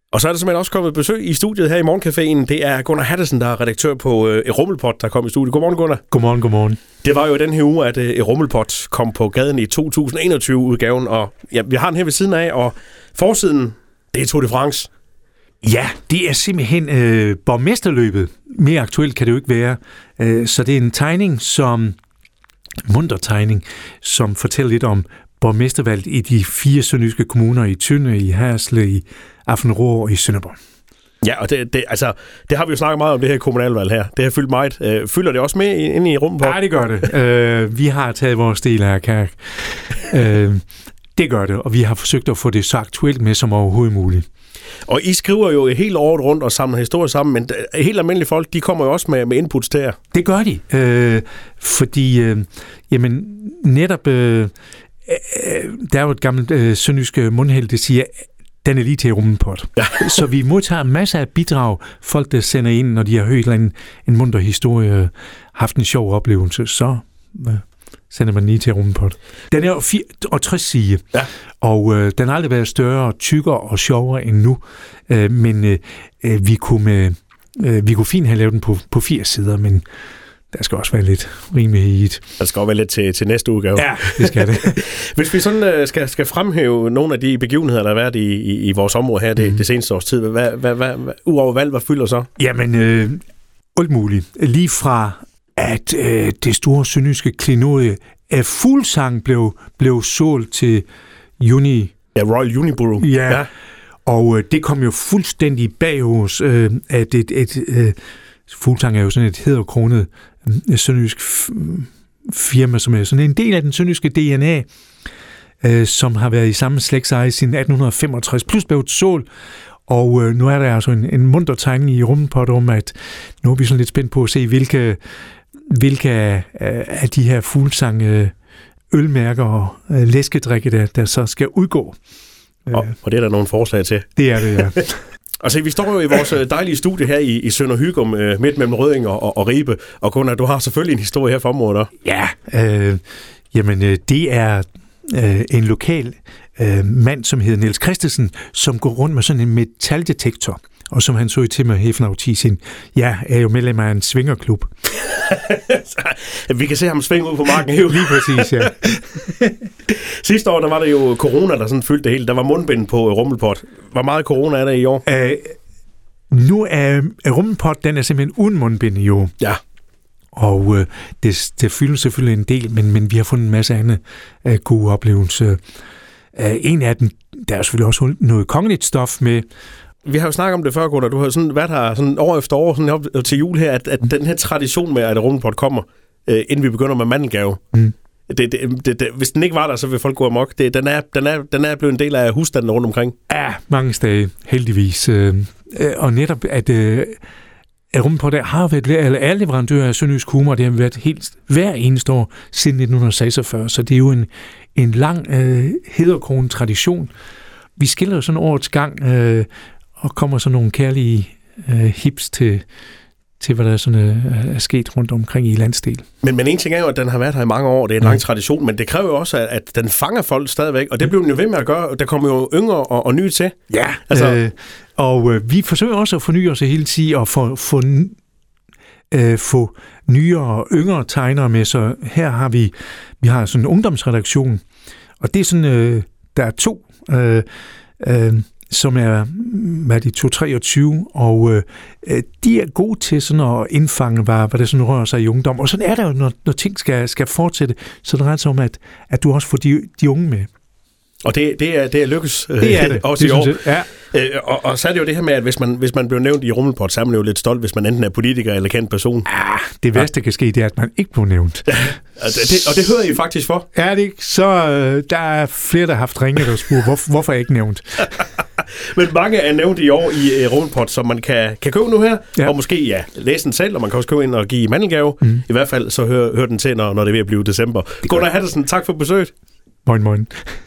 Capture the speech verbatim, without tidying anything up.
Og så er der simpelthen også kommet besøg i studiet her i Morgencaféen. Det er Gunnar Hattesen, der er redaktør på øh, Rummelpot, der kom i studiet. Godmorgen, Gunnar. Godmorgen, godmorgen. Det var jo den her uge, at øh, Rummelpot kom på gaden i to tusind enogtyve-udgaven, og ja, vi har den her ved siden af, og forsiden, det er Tour de France. Ja, det er simpelthen øh, borgmesterløbet. Mere aktuelt kan det jo ikke være. Øh, så det er en tegning, som munter tegning, som fortæller lidt om borgmestervalget i de fire sønderjyske kommuner, i Tønder, i Hasle, i Aabenraa og i Sønderborg. Ja, og det, det, altså, det har vi jo snakket meget om, det her kommunalvalg her. Det har fyldt meget. Øh, fylder det også med inde i rummet på? Ja, det gør det. øh, vi har taget vores del her, Kærk. øh, det gør det, og vi har forsøgt at få det så aktuelt med som overhovedet muligt. Og I skriver jo helt året rundt og samler historier sammen, men helt almindelige folk, de kommer jo også med, med inputs der. Det gør de, øh, fordi øh, jamen, netop... Øh, der er jo et gammelt øh, sønderjysk mundheld, der siger, den er lige til Rummelpot. Ja. Så vi modtager masser af bidrag, folk der sender ind, når de har hørt en, en munter historie, haft en sjov oplevelse, så øh, sender man lige til Rummelpot. Den er jo fireogtres sider, ja. Og øh, den har aldrig været større, tykkere og sjovere end nu, øh, men øh, vi, kunne med, øh, vi kunne fint have lavet den på, på firs sider, men der skal også være lidt rimeligt i et. Der skal også være lidt til, til næste udgave. Ja, det skal det. Hvis vi sådan uh, skal, skal fremhæve nogle af de begivenheder, der har været i, i, i vores område her det, mm. det seneste års tid, hvad, hvad, hvad, hvad, udover valg, hvad fylder så? Jamen, øh, alt muligt. Lige fra, at øh, det store sønderjyske klenodie af Fuglsang blev, blev solgt til Uni... Ja, Royal Unibrew. Ja, ja. Og øh, det kom jo fuldstændig bag os, øh, at et... et øh, Fuglsang er jo sådan et hæderkronet sønderjysk firma, som er sådan en del af den sønderjyske D N A, øh, som har været i samme slægtseje siden atten femogtres, plus Bævt Sol. Og øh, nu er der altså en, en munter tegning i Rummelpot om, at nu er vi sådan lidt spændt på at se, hvilke, hvilke af, af de her Fuglsang øh, ølmærker og øh, læskedrikke, der, der så skal udgå. Og, og det er der nogle forslag til. Det er det, ja. Altså, vi står jo i vores dejlige studie her i, i Sønder Hygum, øh, midt mellem Rødding og, og Ribe. Og Gunnar, du har selvfølgelig en historie her for området. Ja, øh, jamen øh, det er øh, en lokal øh, mand, som hedder Niels Christensen, som går rundt med sådan en metaldetektor. Og som han så i til med hæfnautisen, jeg er jo medlem af en svingerklub. Vi kan se ham svinge ud på marken her. Lige præcis, ja. Sidste år, der var der jo corona, der sådan fyldte det hele. Der var mundbind på Rummelpot. Hvor meget corona er der i år? Æh, nu er Rummelpot, den er simpelthen uden mundbind i år. Ja. Og øh, det, det fylder selvfølgelig en del, men, men vi har fundet en masse andre øh, gode oplevelser. Æh, en af dem, der er selvfølgelig også noget kongeligt stof med. Vi har jo snakket om det før, Gunnar. Du har sådan været her sådan år efter år sådan op til jul her, at, at den her tradition med, at Rummelpot kommer, øh, inden vi begynder med mandelgave. Mm. Det, det, det, det, hvis den ikke var der, så vil folk gå amok. Det, den, er, den, er, den er blevet en del af husstanden rundt omkring. Ja, mange steder, heldigvis. Øh, og netop, at, øh, at Rummelpot der har været, eller er leverandør af sønderjysk humor, det har været helt hver eneste år siden nitten seksogfyrre, så det er jo en, en lang øh, hæderkronet tradition. Vi skiller jo sådan årets gang, øh, og kommer så nogle kærlige øh, hips til, til, hvad der sådan, øh, er sket rundt omkring i landsdel. Men, men en ting er jo, at den har været her i mange år, det er en mm. lang tradition, men det kræver jo også, at, at den fanger folk stadigvæk, og det bliver den jo ved med at gøre. Der kommer jo yngre og, og nye til. Ja, altså, øh, og øh, vi forsøger også at forny os hele tiden, og få, få, øh, få nyere og yngre tegnere med, så her har vi, vi har sådan en ungdomsredaktion, og det er sådan, øh, der er to, øh, øh, som er hvad de to treogtyve, og øh, de er gode til sådan at indfange, hvad, hvad det sådan rører sig i ungdom. Og sådan er der jo, når, når ting skal, skal fortsætte, så det drejer sig om, at, at du også får de, de unge med. Og det, det, er, det er lykkes det er det. også det i år. Ja. Øh, og, og så er det jo det her med, at hvis man, hvis man bliver nævnt i Rummelpot, så er man jo lidt stolt, hvis man enten er politiker eller kendt person. Ah, det værste, der kan ske, det er, at man ikke bliver nævnt. Ja, og, det, og det hører I faktisk for. Er det ikke? Så øh, der er flere, der har haft ringet og spurgt, hvor, hvorfor er jeg ikke nævnt? Men mange er nævnt i år i uh, Rummelpot, som man kan, kan købe nu her, ja. Og måske ja, læse den selv, og man kan også købe ind og give mandelgave. Mm. I hvert fald så hør, hør den til, når, når det er ved at blive december. Gunnar Hattesen, tak for besøget. Moin, moin.